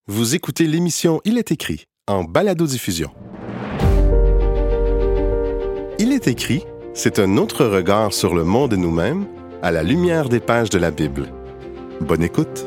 Vous écoutez l'émission Il est écrit, en balado-diffusion. Il est écrit, c'est un autre regard sur le monde et nous-mêmes, à la lumière des pages de la Bible. Bonne écoute.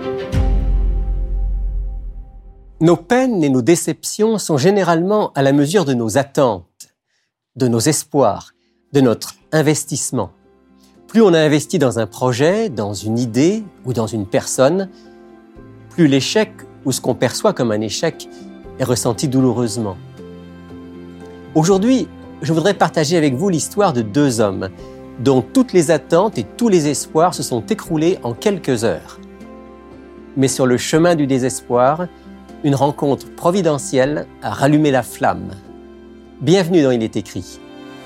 Nos peines et nos déceptions sont généralement à la mesure de nos attentes, de nos espoirs, de notre investissement. Plus on a investi dans un projet, dans une idée ou dans une personne, plus l'échec ou ce qu'on perçoit comme un échec est ressenti douloureusement. Aujourd'hui, je voudrais partager avec vous l'histoire de deux hommes dont toutes les attentes et tous les espoirs se sont écroulés en quelques heures. Mais sur le chemin du désespoir, une rencontre providentielle a rallumé la flamme. Bienvenue dans Il est écrit.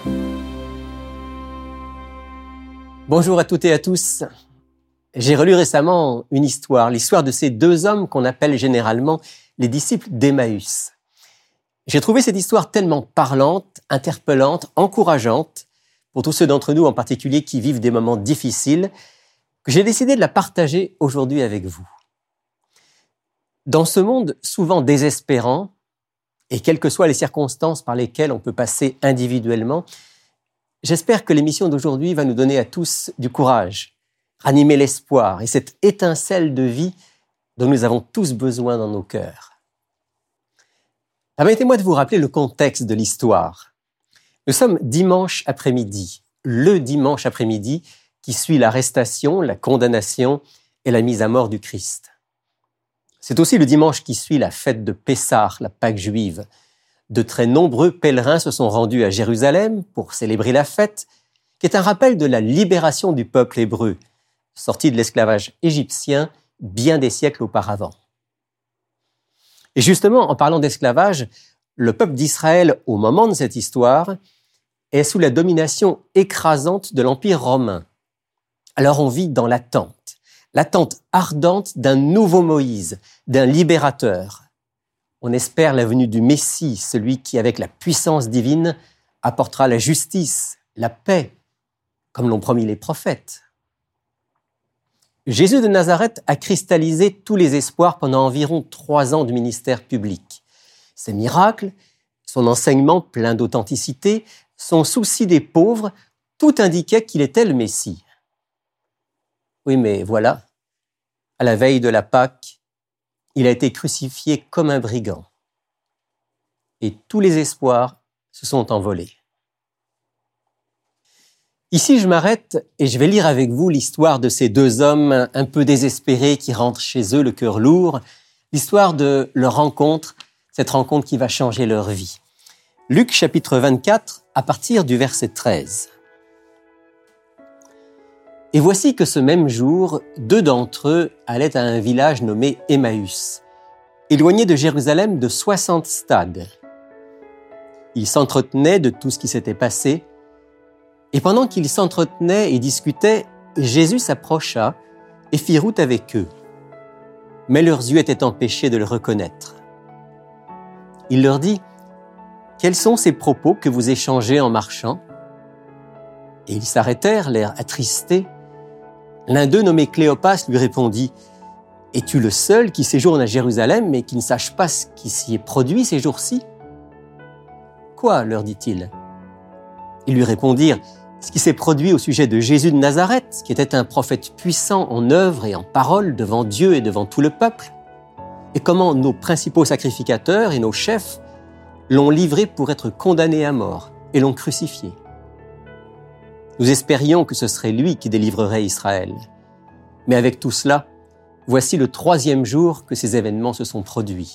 Bonjour à toutes et à tous. J'ai relu récemment une histoire, l'histoire de ces deux hommes qu'on appelle généralement les disciples d'Emmaüs. J'ai trouvé cette histoire tellement parlante, interpellante, encourageante, pour tous ceux d'entre nous en particulier qui vivent des moments difficiles, que j'ai décidé de la partager aujourd'hui avec vous. Dans ce monde souvent désespérant, et quelles que soient les circonstances par lesquelles on peut passer individuellement, j'espère que l'émission d'aujourd'hui va nous donner à tous du courage, ranimer l'espoir et cette étincelle de vie dont nous avons tous besoin dans nos cœurs. Permettez-moi de vous rappeler le contexte de l'histoire. Nous sommes dimanche après-midi, le dimanche après-midi qui suit l'arrestation, la condamnation et la mise à mort du Christ. C'est aussi le dimanche qui suit la fête de Pessah, la Pâque juive. De très nombreux pèlerins se sont rendus à Jérusalem pour célébrer la fête, qui est un rappel de la libération du peuple hébreu, sorti de l'esclavage égyptien bien des siècles auparavant. Et justement, en parlant d'esclavage, le peuple d'Israël, au moment de cette histoire, est sous la domination écrasante de l'Empire romain. Alors on vit dans l'attente ardente d'un nouveau Moïse, d'un libérateur. On espère la venue du Messie, celui qui, avec la puissance divine, apportera la justice, la paix, comme l'ont promis les prophètes. Jésus de Nazareth a cristallisé tous les espoirs pendant environ 3 ans de ministère public. Ses miracles, son enseignement plein d'authenticité, son souci des pauvres, tout indiquait qu'il était le Messie. Oui, mais voilà, à la veille de la Pâque, il a été crucifié comme un brigand. Et tous les espoirs se sont envolés. Ici, je m'arrête et je vais lire avec vous l'histoire de ces deux hommes un peu désespérés qui rentrent chez eux, le cœur lourd, l'histoire de leur rencontre, cette rencontre qui va changer leur vie. Luc chapitre 24, à partir du verset 13. Et voici que ce même jour, 2 d'entre eux allaient à un village nommé Emmaüs, éloigné de Jérusalem de 60 stades. Ils s'entretenaient de tout ce qui s'était passé. Et pendant qu'ils s'entretenaient et discutaient, Jésus s'approcha et fit route avec eux. Mais leurs yeux étaient empêchés de le reconnaître. Il leur dit : « Quels sont ces propos que vous échangez en marchant ?» Et ils s'arrêtèrent, l'air attristés. L'un d'eux, nommé Cléopas, lui répondit : « Es-tu le seul qui séjourne à Jérusalem et qui ne sache pas ce qui s'y est produit ces jours-ci » ? « Quoi ?» leur dit-il. Ils lui répondirent : ce qui s'est produit au sujet de Jésus de Nazareth, qui était un prophète puissant en œuvre et en parole devant Dieu et devant tout le peuple, et comment nos principaux sacrificateurs et nos chefs l'ont livré pour être condamné à mort et l'ont crucifié. Nous espérions que ce serait lui qui délivrerait Israël. Mais avec tout cela, voici le 3e jour que ces événements se sont produits.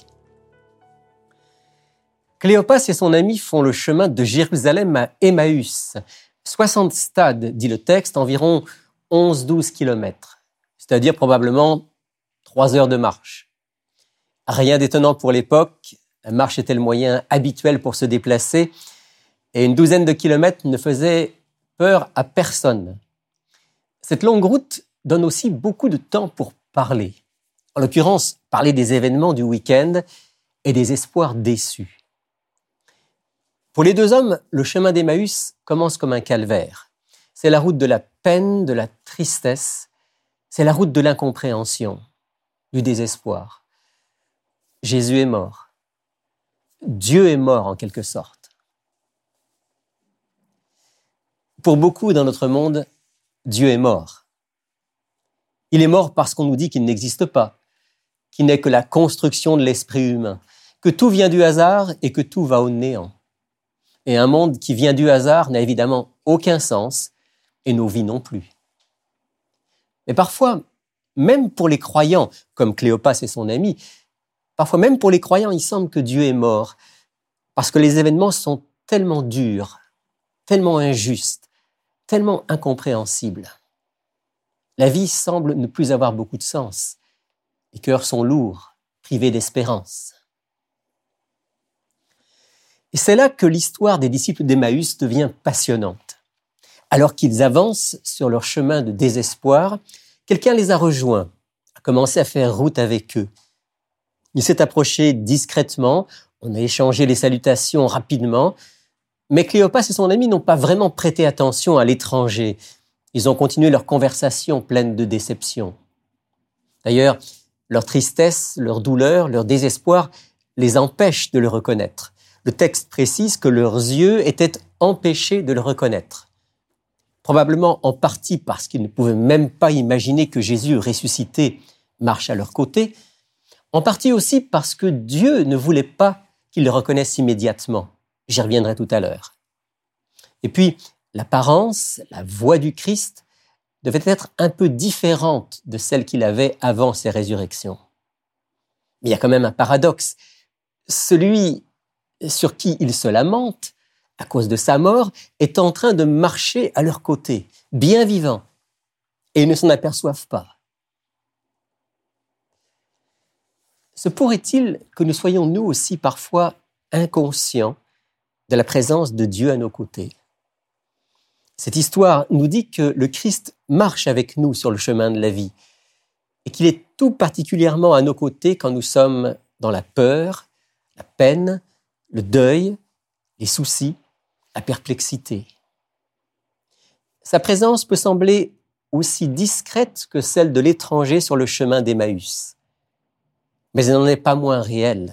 Cléopas et son ami font le chemin de Jérusalem à Emmaüs, 60 stades, dit le texte, environ 11-12 kilomètres, c'est-à-dire probablement 3 heures de marche. Rien d'étonnant pour l'époque, la marche était le moyen habituel pour se déplacer et une 12aine de kilomètres ne faisait peur à personne. Cette longue route donne aussi beaucoup de temps pour parler. En l'occurrence, parler des événements du week-end et des espoirs déçus. Pour les deux hommes, le chemin d'Emmaüs commence comme un calvaire. C'est la route de la peine, de la tristesse, c'est la route de l'incompréhension, du désespoir. Jésus est mort. Dieu est mort en quelque sorte. Pour beaucoup dans notre monde, Dieu est mort. Il est mort parce qu'on nous dit qu'il n'existe pas, qu'il n'est que la construction de l'esprit humain, que tout vient du hasard et que tout va au néant. Et un monde qui vient du hasard n'a évidemment aucun sens, et nos vies non plus. Mais parfois, même pour les croyants, comme Cléopas et son ami, parfois même pour les croyants, il semble que Dieu est mort, parce que les événements sont tellement durs, tellement injustes, tellement incompréhensibles. La vie semble ne plus avoir beaucoup de sens. Les cœurs sont lourds, privés d'espérance. Et c'est là que l'histoire des disciples d'Emmaüs devient passionnante. Alors qu'ils avancent sur leur chemin de désespoir, quelqu'un les a rejoints, a commencé à faire route avec eux. Il s'est approché discrètement, on a échangé les salutations rapidement, mais Cléopas et son ami n'ont pas vraiment prêté attention à l'étranger. Ils ont continué leur conversation pleine de déception. D'ailleurs, leur tristesse, leur douleur, leur désespoir les empêchent de le reconnaître. Le texte précise que leurs yeux étaient empêchés de le reconnaître. Probablement en partie parce qu'ils ne pouvaient même pas imaginer que Jésus ressuscité marche à leur côté, en partie aussi parce que Dieu ne voulait pas qu'ils le reconnaissent immédiatement. J'y reviendrai tout à l'heure. Et puis, l'apparence, la voix du Christ devait être un peu différente de celle qu'il avait avant ses résurrections. Mais il y a quand même un paradoxe. Celui sur qui ils se lamentent, à cause de sa mort, est en train de marcher à leur côté, bien vivant, et ils ne s'en aperçoivent pas. Se pourrait-il que nous soyons nous aussi parfois inconscients de la présence de Dieu à nos côtés? Cette histoire nous dit que le Christ marche avec nous sur le chemin de la vie et qu'il est tout particulièrement à nos côtés quand nous sommes dans la peur, la peine, le deuil, les soucis, la perplexité. Sa présence peut sembler aussi discrète que celle de l'étranger sur le chemin d'Emmaüs, mais elle n'en est pas moins réelle.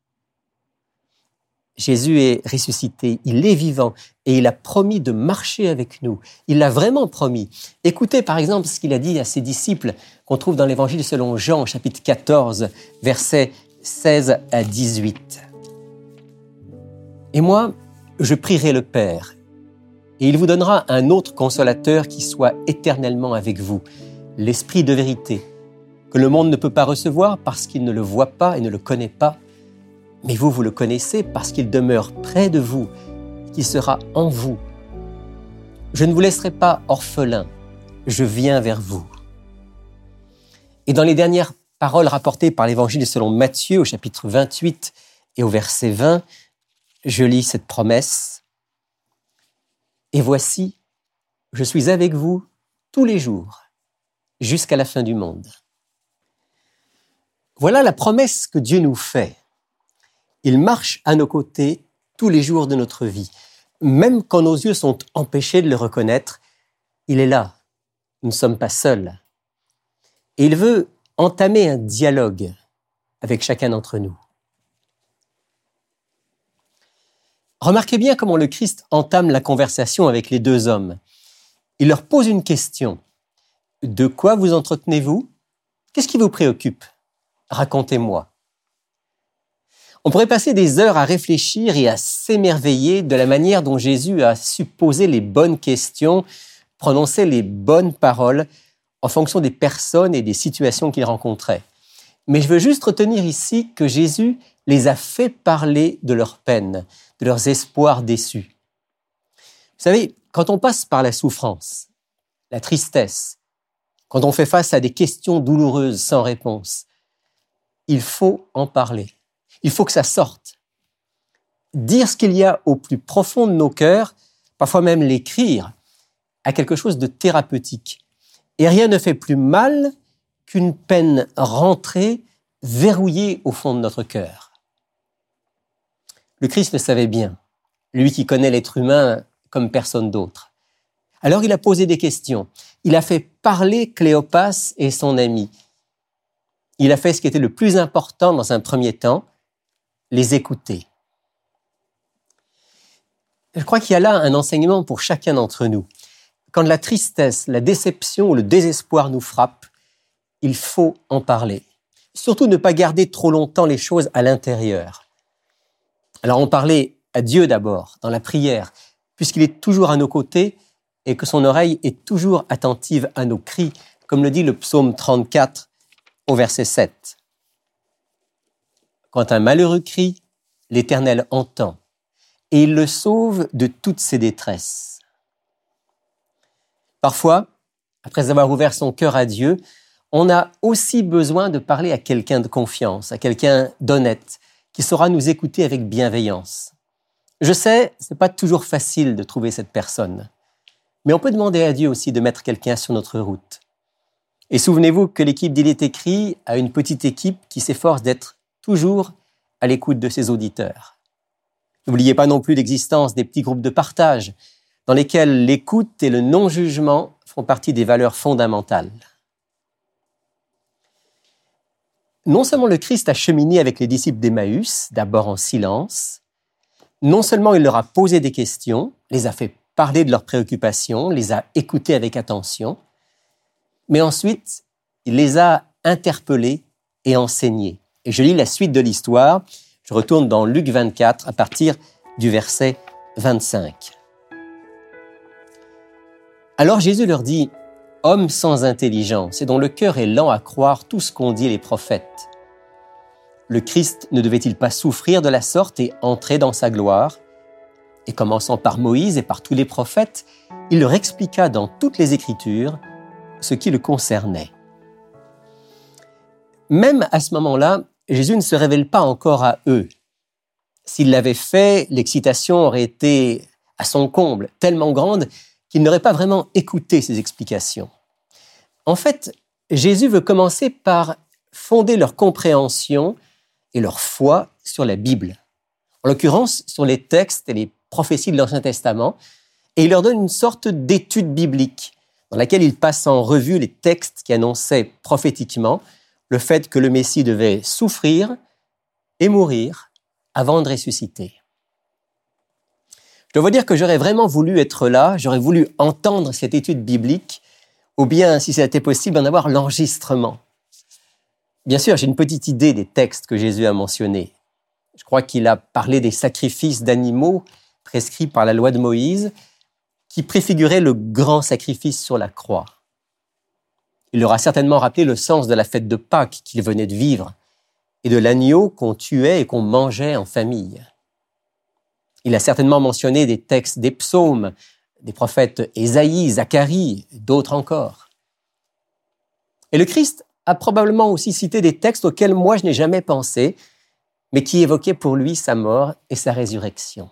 Jésus est ressuscité, il est vivant et il a promis de marcher avec nous. Il l'a vraiment promis. Écoutez par exemple ce qu'il a dit à ses disciples qu'on trouve dans l'Évangile selon Jean, chapitre 14, versets 16 à 18. « Et moi, je prierai le Père, et il vous donnera un autre consolateur qui soit éternellement avec vous, l'Esprit de vérité, que le monde ne peut pas recevoir parce qu'il ne le voit pas et ne le connaît pas, mais vous, vous le connaissez parce qu'il demeure près de vous, qu'il sera en vous. Je ne vous laisserai pas orphelins, je viens vers vous. » Et dans les dernières paroles rapportées par l'Évangile selon Matthieu, au chapitre 28 et au verset 20, je lis cette promesse. « Et voici, je suis avec vous tous les jours, jusqu'à la fin du monde. » Voilà la promesse que Dieu nous fait. Il marche à nos côtés tous les jours de notre vie. Même quand nos yeux sont empêchés de le reconnaître, il est là. Nous ne sommes pas seuls. Et il veut entamer un dialogue avec chacun d'entre nous. Remarquez bien comment le Christ entame la conversation avec les deux hommes. Il leur pose une question. « De quoi vous entretenez-vous ? Qu'est-ce qui vous préoccupe ? Racontez-moi. » On pourrait passer des heures à réfléchir et à s'émerveiller de la manière dont Jésus a su poser les bonnes questions, prononcer les bonnes paroles en fonction des personnes et des situations qu'il rencontrait. Mais je veux juste retenir ici que Jésus les a fait parler de leurs peines, de leurs espoirs déçus. Vous savez, quand on passe par la souffrance, la tristesse, quand on fait face à des questions douloureuses sans réponse, il faut en parler. Il faut que ça sorte. Dire ce qu'il y a au plus profond de nos cœurs, parfois même l'écrire, a quelque chose de thérapeutique. Et rien ne fait plus mal qu'une peine rentrée, verrouillée au fond de notre cœur. Le Christ le savait bien, lui qui connaît l'être humain comme personne d'autre. Alors il a posé des questions. Il a fait parler Cléopas et son ami. Il a fait ce qui était le plus important dans un premier temps, les écouter. Je crois qu'il y a là un enseignement pour chacun d'entre nous. Quand la tristesse, la déception ou le désespoir nous frappent, il faut en parler. Surtout ne pas garder trop longtemps les choses à l'intérieur. Alors en parler à Dieu d'abord, dans la prière, puisqu'il est toujours à nos côtés et que son oreille est toujours attentive à nos cris, comme le dit le psaume 34 au verset 7. Quand un malheureux crie, l'Éternel entend et il le sauve de toutes ses détresses. Parfois, après avoir ouvert son cœur à Dieu, on a aussi besoin de parler à quelqu'un de confiance, à quelqu'un d'honnête, qui saura nous écouter avec bienveillance. Je sais, c'est pas toujours facile de trouver cette personne, mais on peut demander à Dieu aussi de mettre quelqu'un sur notre route. Et souvenez-vous que l'équipe d'Il est écrit a une petite équipe qui s'efforce d'être toujours à l'écoute de ses auditeurs. N'oubliez pas non plus l'existence des petits groupes de partage, dans lesquels l'écoute et le non-jugement font partie des valeurs fondamentales. Non seulement le Christ a cheminé avec les disciples d'Emmaüs, d'abord en silence, non seulement il leur a posé des questions, les a fait parler de leurs préoccupations, les a écoutés avec attention, mais ensuite, il les a interpellés et enseignés. Et je lis la suite de l'histoire, je retourne dans Luc 24 à partir du verset 25. Alors Jésus leur dit, « Hommes sans intelligence et dont le cœur est lent à croire tout ce qu'ont dit les prophètes. Le Christ ne devait-il pas souffrir de la sorte et entrer dans sa gloire ?» Et commençant par Moïse et par tous les prophètes, il leur expliqua dans toutes les Écritures ce qui le concernait. Même à ce moment-là, Jésus ne se révèle pas encore à eux. S'il l'avait fait, l'excitation aurait été à son comble, tellement grande qu'ils n'auraient pas vraiment écouté ses explications. En fait, Jésus veut commencer par fonder leur compréhension et leur foi sur la Bible, en l'occurrence sur les textes et les prophéties de l'Ancien Testament, et il leur donne une sorte d'étude biblique dans laquelle il passe en revue les textes qui annonçaient prophétiquement le fait que le Messie devait souffrir et mourir avant de ressusciter. Je dois vous dire que j'aurais vraiment voulu être là, j'aurais voulu entendre cette étude biblique, ou bien, si c'était possible, en avoir l'enregistrement. Bien sûr, j'ai une petite idée des textes que Jésus a mentionnés. Je crois qu'il a parlé des sacrifices d'animaux prescrits par la loi de Moïse, qui préfiguraient le grand sacrifice sur la croix. Il leur a certainement rappelé le sens de la fête de Pâques qu'il venait de vivre et de l'agneau qu'on tuait et qu'on mangeait en famille. Il a certainement mentionné des textes des psaumes, des prophètes Ésaïe, Zacharie, et d'autres encore. Et le Christ a probablement aussi cité des textes auxquels moi je n'ai jamais pensé, mais qui évoquaient pour lui sa mort et sa résurrection.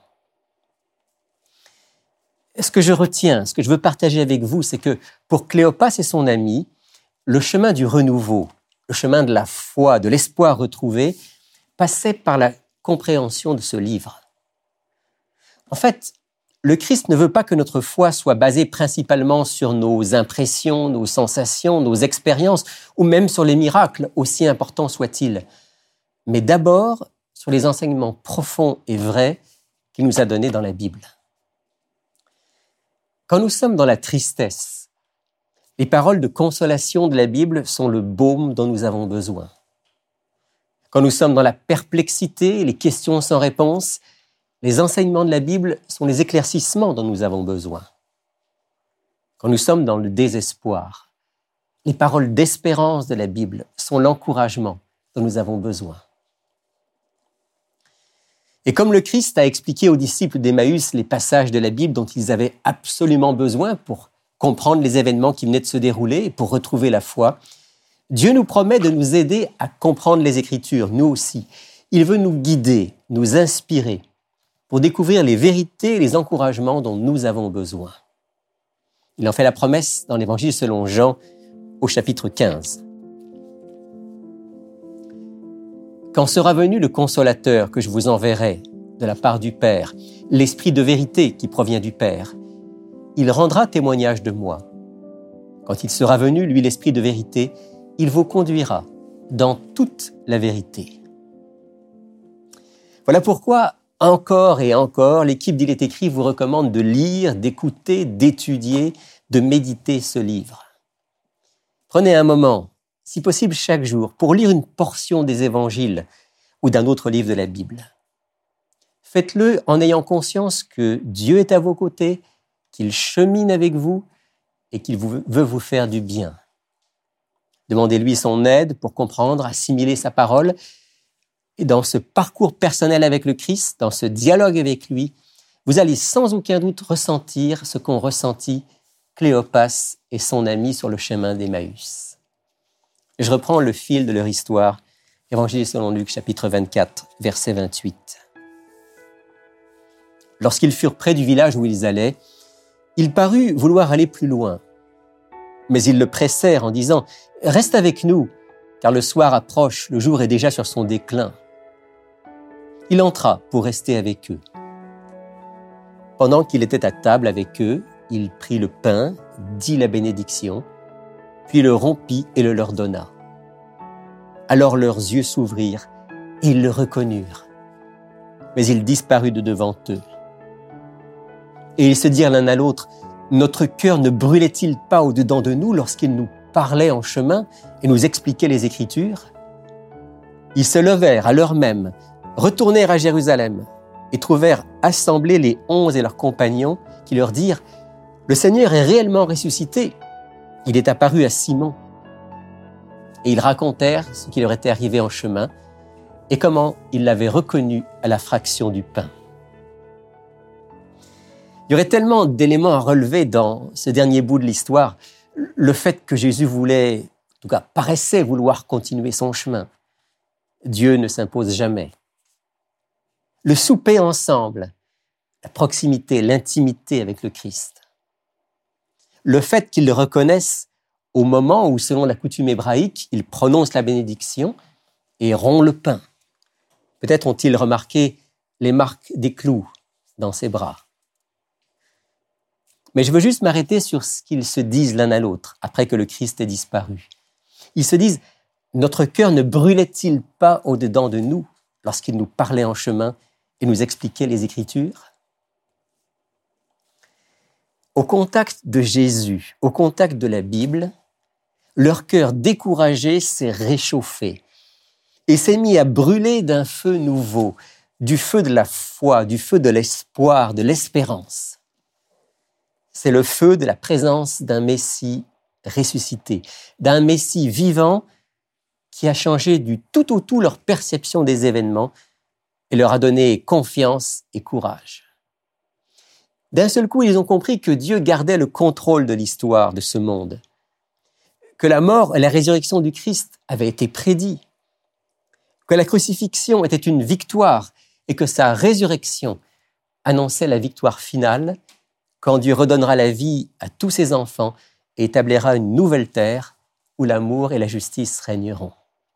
Ce que je retiens, ce que je veux partager avec vous, c'est que pour Cléopas et son ami, le chemin du renouveau, le chemin de la foi, de l'espoir retrouvé, passait par la compréhension de ce livre. En fait, le Christ ne veut pas que notre foi soit basée principalement sur nos impressions, nos sensations, nos expériences, ou même sur les miracles, aussi importants soient-ils, mais d'abord sur les enseignements profonds et vrais qu'il nous a donnés dans la Bible. Quand nous sommes dans la tristesse, les paroles de consolation de la Bible sont le baume dont nous avons besoin. Quand nous sommes dans la perplexité, les questions sans réponse, les enseignements de la Bible sont les éclaircissements dont nous avons besoin. Quand nous sommes dans le désespoir, les paroles d'espérance de la Bible sont l'encouragement dont nous avons besoin. Et comme le Christ a expliqué aux disciples d'Emmaüs les passages de la Bible dont ils avaient absolument besoin pour comprendre les événements qui venaient de se dérouler et pour retrouver la foi, Dieu nous promet de nous aider à comprendre les Écritures, nous aussi. Il veut nous guider, nous inspirer pour découvrir les vérités et les encouragements dont nous avons besoin. Il en fait la promesse dans l'Évangile selon Jean au chapitre 15. Quand sera venu le Consolateur que je vous enverrai de la part du Père, l'Esprit de vérité qui provient du Père, il rendra témoignage de moi. Quand il sera venu, lui, l'Esprit de vérité, il vous conduira dans toute la vérité. Voilà pourquoi, encore et encore, l'équipe d'Il est écrit vous recommande de lire, d'écouter, d'étudier, de méditer ce livre. Prenez un moment, si possible chaque jour, pour lire une portion des évangiles ou d'un autre livre de la Bible. Faites-le en ayant conscience que Dieu est à vos côtés, qu'il chemine avec vous et qu'il veut vous faire du bien. Demandez-lui son aide pour comprendre, assimiler sa parole. Et dans ce parcours personnel avec le Christ, dans ce dialogue avec lui, vous allez sans aucun doute ressentir ce qu'ont ressenti Cléopas et son ami sur le chemin d'Emmaüs. Je reprends le fil de leur histoire, Évangile selon Luc, chapitre 24, verset 28. Lorsqu'ils furent près du village où ils allaient, il parut vouloir aller plus loin. Mais ils le pressèrent en disant « Reste avec nous, car le soir approche, le jour est déjà sur son déclin. » Il entra pour rester avec eux. Pendant qu'il était à table avec eux, il prit le pain, dit la bénédiction, puis le rompit et le leur donna. Alors leurs yeux s'ouvrirent et ils le reconnurent. Mais il disparut de devant eux. Et ils se dirent l'un à l'autre, « Notre cœur ne brûlait-il pas au-dedans de nous lorsqu'il nous parlait en chemin et nous expliquait les Écritures ?» Ils se levèrent à l'heure même, retournèrent à Jérusalem et trouvèrent assemblés les 11 et leurs compagnons qui leur dirent « Le Seigneur est réellement ressuscité. Il est apparu à Simon. » Et ils racontèrent ce qui leur était arrivé en chemin et comment ils l'avaient reconnu à la fraction du pain. Il y aurait tellement d'éléments à relever dans ce dernier bout de l'histoire. Le fait que Jésus voulait, en tout cas paraissait vouloir continuer son chemin. Dieu ne s'impose jamais. Le souper ensemble, la proximité, l'intimité avec le Christ. Le fait qu'ils le reconnaissent au moment où, selon la coutume hébraïque, il prononce la bénédiction et rompt le pain. Peut-être ont-ils remarqué les marques des clous dans ses bras. Mais je veux juste m'arrêter sur ce qu'ils se disent l'un à l'autre après que le Christ ait disparu. Ils se disent « Notre cœur ne brûlait-il pas au-dedans de nous lorsqu'il nous parlait en chemin et nous expliquait les Écritures ?» Au contact de Jésus, au contact de la Bible, leur cœur découragé s'est réchauffé et s'est mis à brûler d'un feu nouveau, du feu de la foi, du feu de l'espoir, de l'espérance. C'est le feu de la présence d'un Messie ressuscité, d'un Messie vivant qui a changé du tout au tout leur perception des événements et leur a donné confiance et courage. D'un seul coup, ils ont compris que Dieu gardait le contrôle de l'histoire de ce monde, que la mort et la résurrection du Christ avaient été prédits, que la crucifixion était une victoire et que sa résurrection annonçait la victoire finale quand Dieu redonnera la vie à tous ses enfants et établira une nouvelle terre où l'amour et la justice régneront.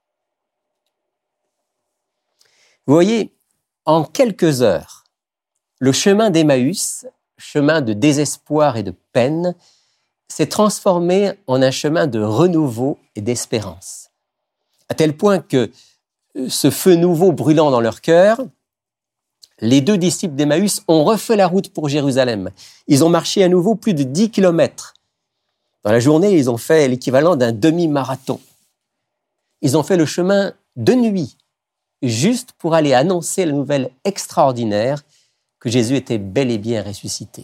Vous voyez, en quelques heures, le chemin d'Emmaüs, chemin de désespoir et de peine, s'est transformé en un chemin de renouveau et d'espérance. À tel point que ce feu nouveau brûlant dans leur cœur, les 2 disciples d'Emmaüs ont refait la route pour Jérusalem. Ils ont marché à nouveau plus de 10 kilomètres. Dans la journée, ils ont fait l'équivalent d'un demi-marathon. Ils ont fait le chemin de nuit, juste pour aller annoncer la nouvelle extraordinaire que Jésus était bel et bien ressuscité.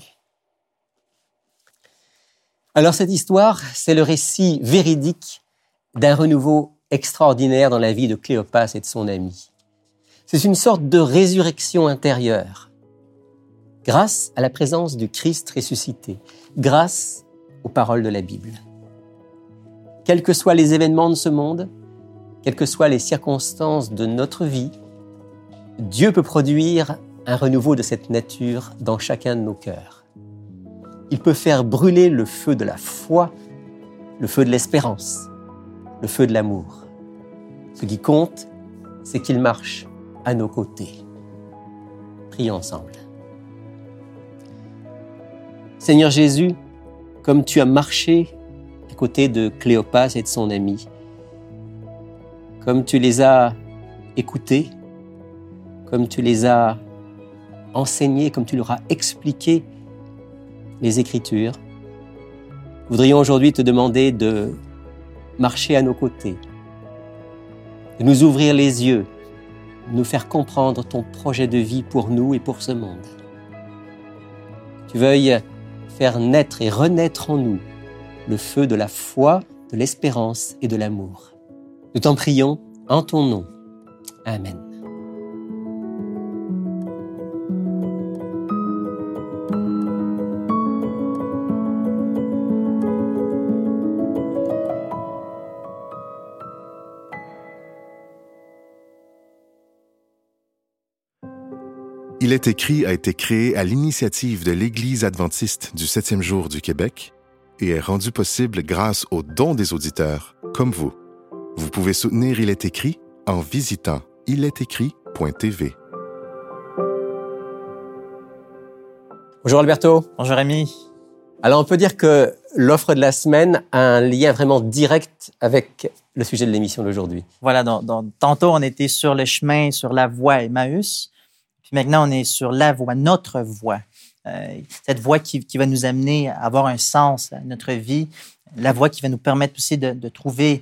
Alors cette histoire, c'est le récit véridique d'un renouveau extraordinaire dans la vie de Cléopas et de son ami. C'est une sorte de résurrection intérieure, grâce à la présence du Christ ressuscité, grâce aux paroles de la Bible. Quels que soient les événements de ce monde, quelles que soient les circonstances de notre vie, Dieu peut produire un renouveau de cette nature dans chacun de nos cœurs. Il peut faire brûler le feu de la foi, le feu de l'espérance, le feu de l'amour. Ce qui compte, c'est qu'il marche à nos côtés. Prions ensemble. Seigneur Jésus, comme tu as marché à côté de Cléopas et de son ami, comme tu les as écoutés, comme tu les as enseignés, comme tu leur as expliqué les Écritures. Nous voudrions aujourd'hui te demander de marcher à nos côtés, de nous ouvrir les yeux, de nous faire comprendre ton projet de vie pour nous et pour ce monde. Tu veuilles faire naître et renaître en nous le feu de la foi, de l'espérance et de l'amour. Nous t'en prions en ton nom. Amen. Il est écrit a été créé à l'initiative de l'Église adventiste du 7e jour du Québec et est rendu possible grâce aux dons des auditeurs, comme vous. Vous pouvez soutenir Il est écrit en visitant ilestécrit.tv. Bonjour Alberto. Bonjour Rémi. Alors on peut dire que l'offre de la semaine a un lien vraiment direct avec le sujet de l'émission d'aujourd'hui. Voilà, donc tantôt on était sur le chemin, sur la voie Emmaüs, puis maintenant on est sur la voie, notre voie. Cette voie qui va nous amener à avoir un sens à notre vie, la voie qui va nous permettre aussi de trouver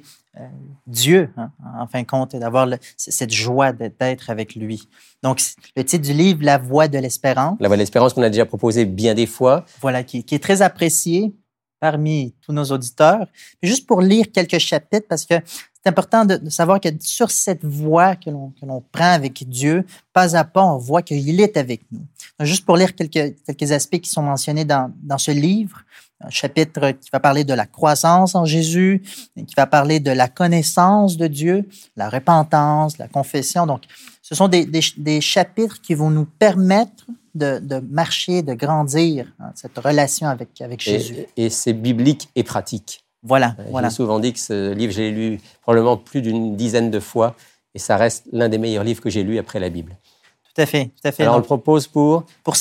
Dieu, en fin de compte, et d'avoir cette joie d'être avec lui. Donc, le titre du livre, La voie de l'espérance. La voie de l'espérance qu'on a déjà proposé bien des fois. Voilà, qui est très apprécié parmi tous nos auditeurs. Puis juste pour lire quelques chapitres, parce que c'est important de savoir que sur cette voie que l'on prend avec Dieu, pas à pas, on voit qu'il est avec nous. Donc, juste pour lire quelques aspects qui sont mentionnés dans ce livre, un chapitre qui va parler de la croissance en Jésus, qui va parler de la connaissance de Dieu, la repentance, la confession. Donc, ce sont des chapitres qui vont nous permettre de marcher, de grandir cette relation avec Jésus. Et c'est biblique et pratique. Voilà. J'ai souvent dit que ce livre, j'ai lu probablement plus d'une dizaine de fois et ça reste l'un des meilleurs livres que j'ai lus après la Bible. Tout à fait. Alors, on le propose pour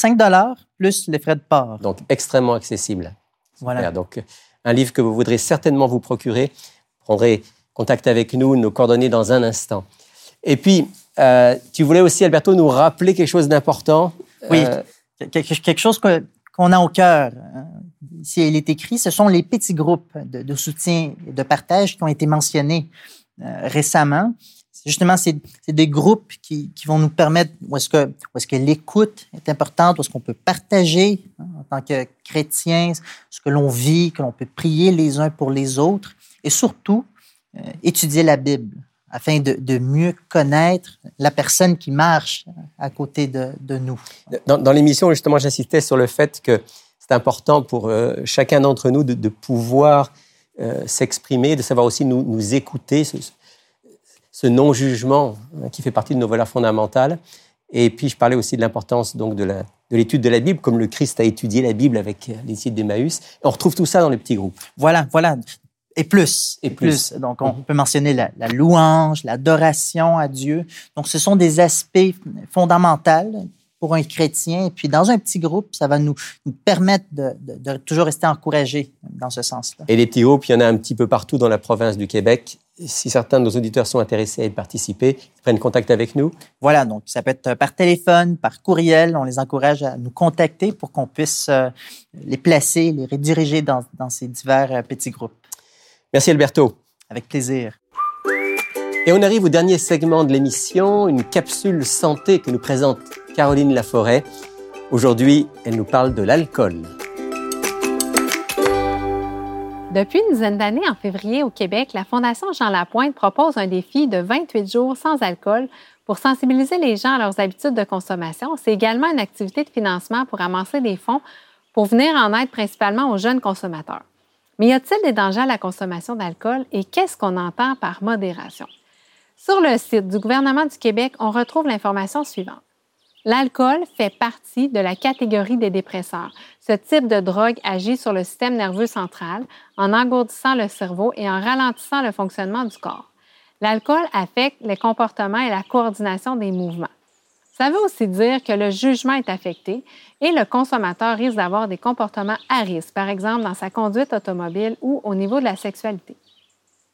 5$ plus les frais de port. Donc, extrêmement accessible. Voilà. Super. Donc, un livre que vous voudrez certainement vous procurer. Vous prendrez contact avec nous, nos coordonnées dans un instant. Et puis, tu voulais aussi, Alberto, nous rappeler quelque chose d'important. Oui, quelque chose qu'on a au cœur. Ici, il est écrit, ce sont les petits groupes de soutien et de partage qui ont été mentionnés récemment. Justement, c'est des groupes qui vont nous permettre, où est-ce que l'écoute est importante, où est-ce qu'on peut partager en tant que chrétien ce que l'on vit, que l'on peut prier les uns pour les autres, et surtout, étudier la Bible afin de mieux connaître la personne qui marche à côté de nous. Dans l'émission, justement, j'insistais sur le fait que c'est important pour chacun d'entre nous de pouvoir s'exprimer, de savoir aussi nous écouter, ce non-jugement qui fait partie de nos valeurs fondamentales. Et puis, je parlais aussi de l'importance donc de l'étude de la Bible, comme le Christ a étudié la Bible avec les disciples d'Emmaüs. On retrouve tout ça dans les petits groupes. Voilà. Et plus. Donc, on peut mentionner la louange, l'adoration à Dieu. Donc, ce sont des aspects fondamentaux pour un chrétien. Et puis, dans un petit groupe, ça va nous permettre de toujours rester encouragés dans ce sens-là. Et les petits groupes, il y en a un petit peu partout dans la province du Québec. Si certains de nos auditeurs sont intéressés à y participer, ils prennent contact avec nous. Voilà, donc ça peut être par téléphone, par courriel. On les encourage à nous contacter pour qu'on puisse les placer, les rediriger dans ces divers petits groupes. Merci Alberto. Avec plaisir. Et on arrive au dernier segment de l'émission, une capsule santé que nous présente Caroline Laforêt. Aujourd'hui, elle nous parle de l'alcool. Depuis une dizaine d'années, en février, au Québec, la Fondation Jean Lapointe propose un défi de 28 jours sans alcool pour sensibiliser les gens à leurs habitudes de consommation. C'est également une activité de financement pour amasser des fonds pour venir en aide principalement aux jeunes consommateurs. Mais y a-t-il des dangers à la consommation d'alcool et qu'est-ce qu'on entend par modération? Sur le site du gouvernement du Québec, on retrouve l'information suivante. L'alcool fait partie de la catégorie des dépresseurs. Ce type de drogue agit sur le système nerveux central en engourdissant le cerveau et en ralentissant le fonctionnement du corps. L'alcool affecte les comportements et la coordination des mouvements. Ça veut aussi dire que le jugement est affecté et le consommateur risque d'avoir des comportements à risque, par exemple dans sa conduite automobile ou au niveau de la sexualité.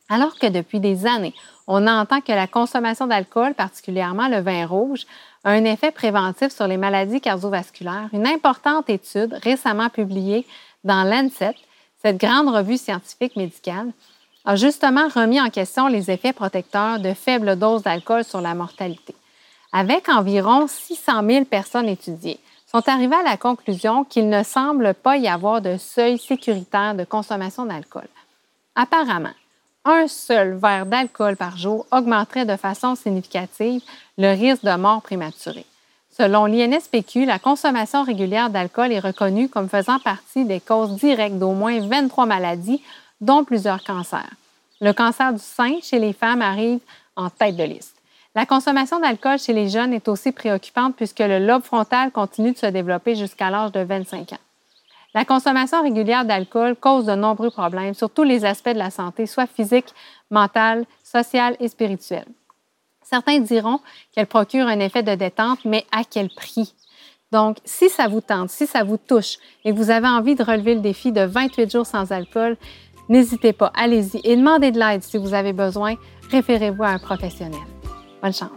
Alors que depuis des années, on entend que la consommation d'alcool, particulièrement le vin rouge, a un effet préventif sur les maladies cardiovasculaires, une importante étude récemment publiée dans Lancet, cette grande revue scientifique médicale, a justement remis en question les effets protecteurs de faibles doses d'alcool sur la mortalité. Avec environ 600 000 personnes étudiées, sont arrivés à la conclusion qu'il ne semble pas y avoir de seuil sécuritaire de consommation d'alcool. Apparemment, un seul verre d'alcool par jour augmenterait de façon significative le risque de mort prématurée. Selon l'INSPQ, la consommation régulière d'alcool est reconnue comme faisant partie des causes directes d'au moins 23 maladies, dont plusieurs cancers. Le cancer du sein chez les femmes arrive en tête de liste. La consommation d'alcool chez les jeunes est aussi préoccupante puisque le lobe frontal continue de se développer jusqu'à l'âge de 25 ans. La consommation régulière d'alcool cause de nombreux problèmes sur tous les aspects de la santé, soit physique, mentale, sociale et spirituelle. Certains diront qu'elle procure un effet de détente, mais à quel prix? Donc, si ça vous tente, si ça vous touche et que vous avez envie de relever le défi de 28 jours sans alcool, n'hésitez pas, allez-y et demandez de l'aide si vous avez besoin. Référez-vous à un professionnel. Bonne chance.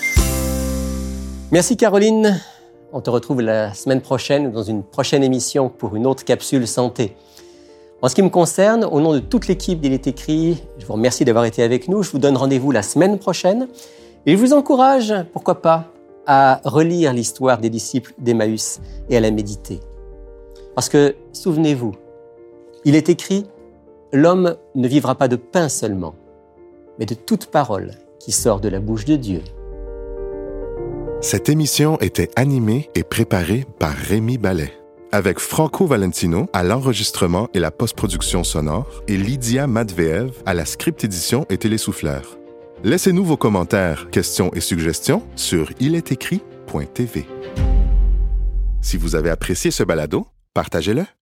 Merci Caroline. On te retrouve la semaine prochaine dans une prochaine émission pour une autre capsule santé. En ce qui me concerne, au nom de toute l'équipe d'Il est écrit, je vous remercie d'avoir été avec nous. Je vous donne rendez-vous la semaine prochaine et je vous encourage, pourquoi pas, à relire l'histoire des disciples d'Emmaüs et à la méditer. Parce que, souvenez-vous, il est écrit « L'homme ne vivra pas de pain seulement, mais de toute parole qui sort de la bouche de Dieu. » Cette émission était animée et préparée par Rémi Ballet, avec Franco Valentino à l'enregistrement et la post-production sonore et Lydia Matveev à la script édition et télésouffleur. Laissez-nous vos commentaires, questions et suggestions sur iletécrit.tv. Si vous avez apprécié ce balado, partagez-le.